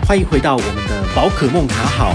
欢迎回到我们的宝可梦卡好。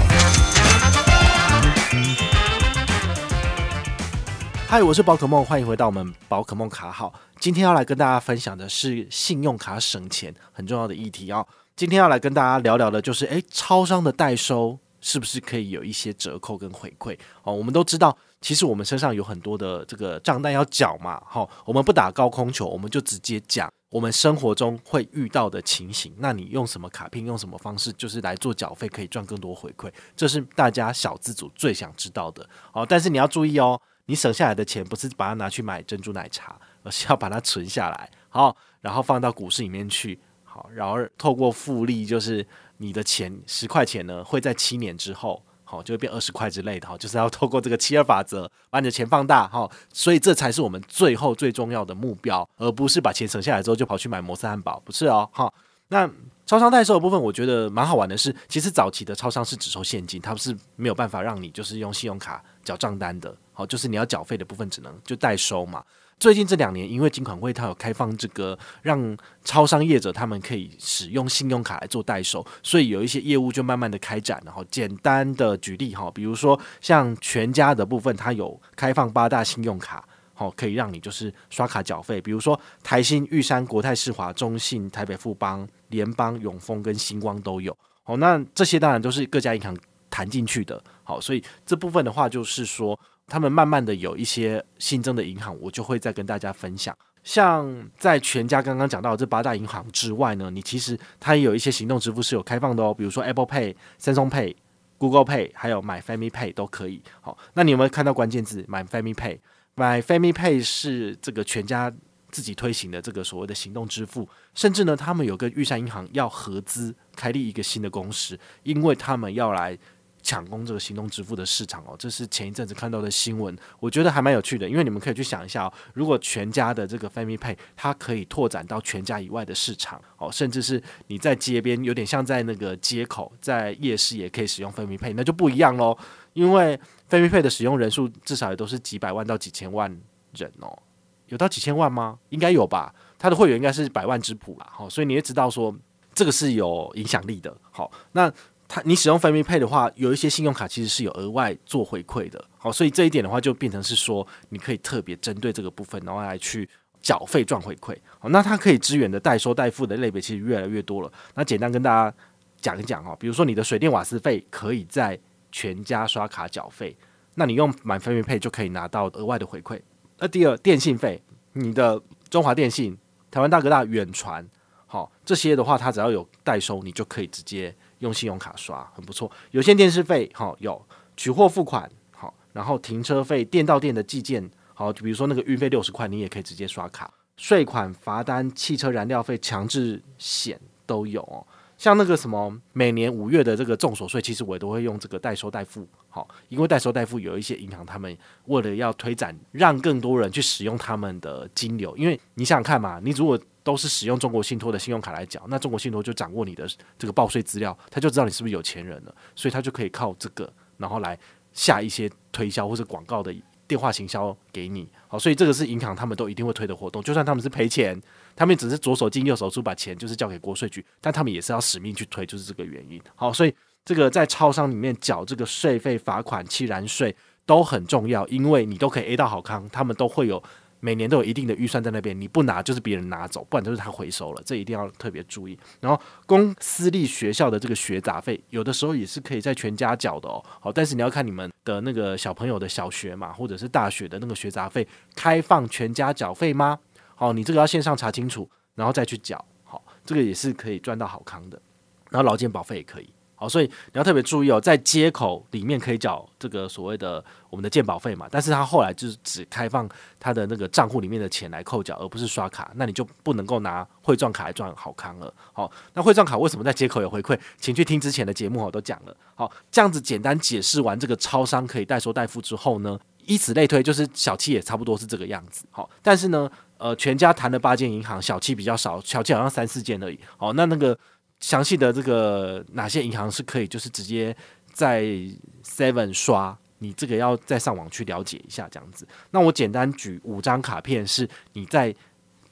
嗨，我是宝可梦，欢迎回到我们宝可梦卡好。今天要来跟大家分享的是信用卡省钱很重要的议题哦。今天要来跟大家聊聊的就是，超商的代收是不是可以有一些折扣跟回馈哦？我们都知道，其实我们身上有很多的这个账单要缴嘛，我们不打高空球，我们就直接讲我们生活中会遇到的情形。那你用什么卡片，用什么方式，就是来做缴费，可以赚更多回馈，这是大家小资族最想知道的哦。但是你要注意哦，你省下来的钱不是把它拿去买珍珠奶茶，而是要把它存下来，好，然后放到股市里面去。好，然后透过复利，就是你的钱10块钱呢，会在7年之后，好，就会变20块之类的，就是要透过这个7-2法则，把你的钱放大，所以这才是我们最后最重要的目标，而不是把钱省下来之后就跑去买摩斯汉堡，不是哦，那超商代收的部分，我觉得蛮好玩的是，其实早期的超商是只收现金，它是没有办法让你就是用信用卡缴账单的，好，就是你要缴费的部分只能就代收嘛。最近这2年，因为金管会它有开放这个让超商业者他们可以使用信用卡来做代收，所以有一些业务就慢慢的开展。然后简单的举例，比如说像全家的部分，它有开放8大信用卡，可以让你就是刷卡缴费，比如说台新、玉山、国泰世华、中信、台北富邦、联邦、永丰跟星光都有。那这些当然都是各家银行谈进去的，所以这部分的话就是说，他们慢慢的有一些新增的银行，我就会再跟大家分享。像在全家刚刚讲到的这8大银行之外呢，你其实它也有一些行动支付是有开放的哦，比如说 Apple Pay、Samsung Pay、Google Pay 还有 My Family Pay 都可以。好，那你有没有看到关键字 My Family Pay？My Family Pay 是这个全家自己推行的这个所谓的行动支付，甚至呢，他们有跟玉山银行要合资开立一个新的公司，因为他们要来抢攻这个行动支付的市场哦，这是前一阵子看到的新闻，我觉得还蛮有趣的，因为你们可以去想一下哦，如果全家的这个 Family Pay 它可以拓展到全家以外的市场哦，甚至是你在街边有点像在那个街口，在夜市也可以使用 Family Pay， 那就不一样咯，因为 Family Pay 的使用人数至少也都是几百万到几千万人哦，有到几千万吗？应该有吧，它的会员应该是百万之谱啦，所以你也知道说这个是有影响力的。好，那你使用 Family Pay 的话，有一些信用卡其实是有额外做回馈的，好，所以这一点的话就变成是说，你可以特别针对这个部分，然后来去缴费赚回馈。好，那它可以支援的代收代付的类别其实越来越多了。那简单跟大家讲一讲比如说你的水电瓦斯费可以在全家刷卡缴费，那你用买 Family Pay 就可以拿到额外的回馈。那第二，电信费，你的中华电信、台湾大哥大、远传，好，这些的话它只要有代收，你就可以直接用信用卡刷，很不错。有线电视费有取货付款，好，然后停车费、店到店的寄件，好，比如说那个运费60块，你也可以直接刷卡。税款、罚单、汽车燃料费、强制险都有哦。像那个什么每年5月的这个重所税，其实我也都会用这个代收代付，好，因为代收代付有一些银行他们为了要推展，让更多人去使用他们的金流，因为你想想看嘛，你如果都是使用中国信托的信用卡来缴，那中国信托就掌握你的这个报税资料，他就知道你是不是有钱人了，所以他就可以靠这个，然后来下一些推销或者广告的电话行销给你。好，所以这个是银行他们都一定会推的活动，就算他们是赔钱，他们只是左手进右手出，把钱就是交给国税局，但他们也是要使命去推，就是这个原因。好，所以这个在超商里面缴这个税费、罚款、契然税都很重要，因为你都可以 A 到好康，他们都会有每年都有一定的预算在那边，你不拿就是别人拿走，不然就是他回收了，这一定要特别注意。然后公私立学校的这个学杂费，有的时候也是可以在全家缴的哦。好，但是你要看你们的那个小朋友的小学嘛，或者是大学的那个学杂费开放全家缴费吗？好，你这个要线上查清楚，然后再去缴。好，这个也是可以赚到好康的。然后劳健保费也可以。好，所以你要特别注意哦，在街口里面可以缴这个所谓的我们的健保费嘛，但是他后来就是只开放他的那个账户里面的钱来扣缴，而不是刷卡，那你就不能够拿汇赚卡来赚好康了。好，那汇赚卡为什么在街口有回馈？请去听之前的节目我都讲了。好，这样子简单解释完这个超商可以代收代付之后呢，以此类推，就是小企也差不多是这个样子。好，但是呢，全家谈了8间银行，小企比较少，小企好像3-4间而已。好，那个详细的这个哪些银行是可以就是直接在 Seven 刷，你这个要再上网去了解一下这样子。那我简单举5张卡片是你在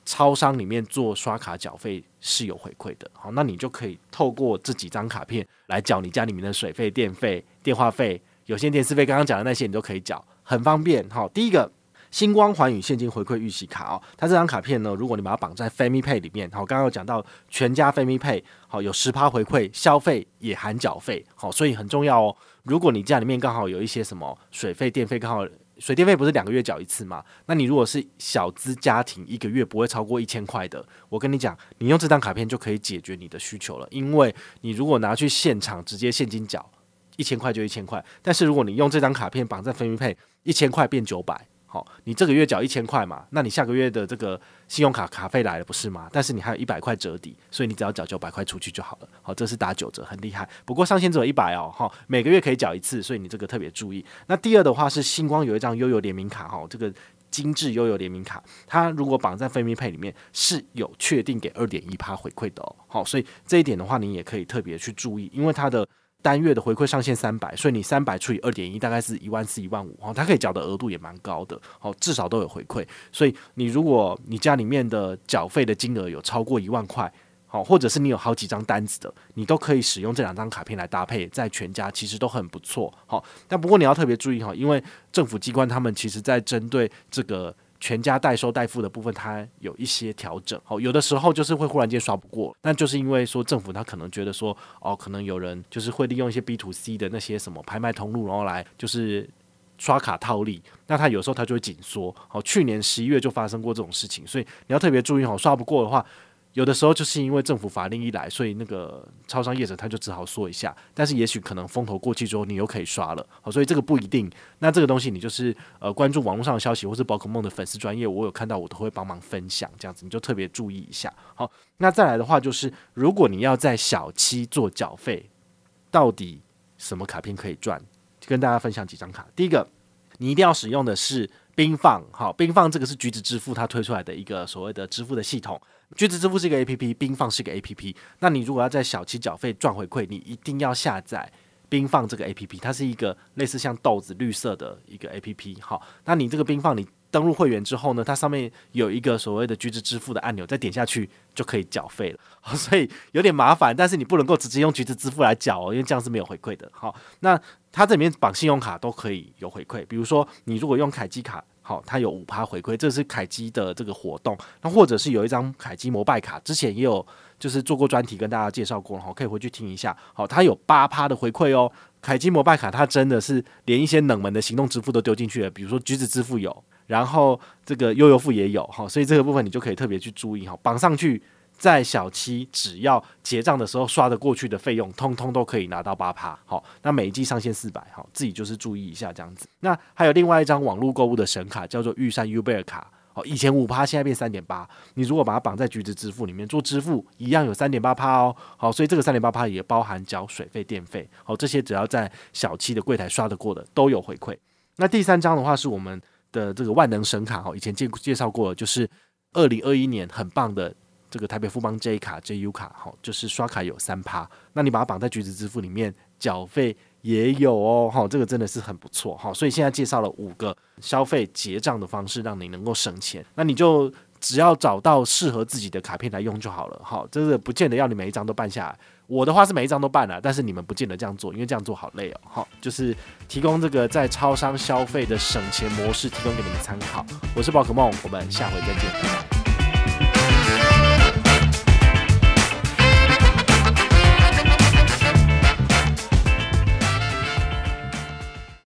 超商里面做刷卡缴费是有回馈的，好，那你就可以透过这几张卡片来缴你家里面的水费、电费、电话费、有线电视费，刚刚讲的那些你都可以缴，很方便。好，第一个星光环宇现金回馈预习卡哦，它这张卡片呢，如果你把它绑在 Family Pay 里面，好，刚刚有讲到全家 Family Pay， 好，有10%回馈，消费也含缴费，好，所以很重要哦。如果你家里面刚好有一些什么水费、电费，刚好水电费不是2个月缴一次吗？那你如果是小资家庭，1个月不会超过1000块的，我跟你讲，你用这张卡片就可以解决你的需求了。因为你如果拿去现场直接现金缴，1000块就1000块，但是如果你用这张卡片绑在 Family Pay，1000块变900。好，你这个月缴1000块嘛，那你下个月的这个信用卡卡费来了不是吗？但是你还有100块折抵，所以你只要缴900块出去就好了。好，这是打9折，很厉害。不过上限只有100哦，好，每个月可以缴一次，所以你这个特别注意。那第二的话是星光有一张悠游联名卡，哈，这个精致悠游联名卡，它如果绑在 Family Pay 里面是有确定给2.1%回馈的哦。好，所以这一点的话你也可以特别去注意，因为它的单月的回馈上限300，所以你300除以2.1大概是14000、15000，它可以缴的额度也蛮高的，至少都有回馈。所以你如果你家里面的缴费的金额有超过10000块，或者是你有好几张单子的，你都可以使用这2张卡片来搭配，在全家其实都很不错。但不过你要特别注意，因为政府机关他们其实在针对这个全家代收代付的部分，它有一些调整，有的时候就是会忽然间刷不过，那就是因为说政府他可能觉得说，可能有人就是会利用一些 B2C 的那些什么拍卖通路，然后来就是刷卡套利，那他有时候他就会紧缩。去年11月就发生过这种事情，所以你要特别注意，刷不过的话，有的时候就是因为政府法令一来，所以那个超商业者他就只好缩一下，但是也许可能风头过去之后，你又可以刷了，所以这个不一定。那这个东西你就是关注网络上的消息，或是宝可梦的粉丝专页，我有看到我都会帮忙分享，这样子你就特别注意一下。好，那再来的话就是，如果你要在小七做缴费，到底什么卡片可以赚？跟大家分享几张卡。第一个，你一定要使用的是冰放，好，冰放这个是橘子支付它推出来的一个所谓的支付的系统。橘子支付是一个 APP， 冰放是一个 APP。那你如果要在小七缴费赚回馈，你一定要下载冰放这个 APP， 它是一个类似像豆子绿色的一个 APP。好，那你这个冰放你登入会员之后呢，它上面有一个所谓的橘子支付的按钮，再点下去就可以缴费了。好，所以有点麻烦，但是你不能够直接用橘子支付来缴哦，因为这样是没有回馈的。好，那它这里面绑信用卡都可以有回馈，比如说你如果用凯基卡，好，它有5%回馈，这是凯基的这个活动。那或者是有一张凯基摩拜卡，之前也有就是做过专题跟大家介绍过，可以回去听一下。好，它有8%的回馈哦。凯基摩拜卡它真的是连一些冷门的行动支付都丢进去了，比如说橘子支付有，然后这个悠游付也有，所以这个部分你就可以特别去注意，绑上去。在小七只要结账的时候刷得过去的费用，通通都可以拿到8%。好，那每一季上限400，好，自己就是注意一下这样子。那还有另外一张网络购物的神卡，叫做玉山 Uber 卡。好，以前5%，现在变3.8%。你如果把它绑在橘子支付里面做支付，一样有3.8%哦。好，所以这个3.8%也包含缴水费、电费。好，这些只要在小七的柜台刷得过的都有回馈。那第3张的话是我们的这个万能神卡，以前介绍过的，就是2021年很棒的。这个台北富邦 J 卡 JU 卡，就是刷卡有3%，那你把它绑在橘子支付里面，缴费也有哦，这个真的是很不错，所以现在介绍了5个消费结账的方式，让你能够省钱，那你就只要找到适合自己的卡片来用就好了，这个不见得要你每一张都办下来，我的话是每一张都办了，但是你们不见得这样做，因为这样做好累哦，就是提供这个在超商消费的省钱模式，提供给你们参考。我是宝可梦，我们下回再见。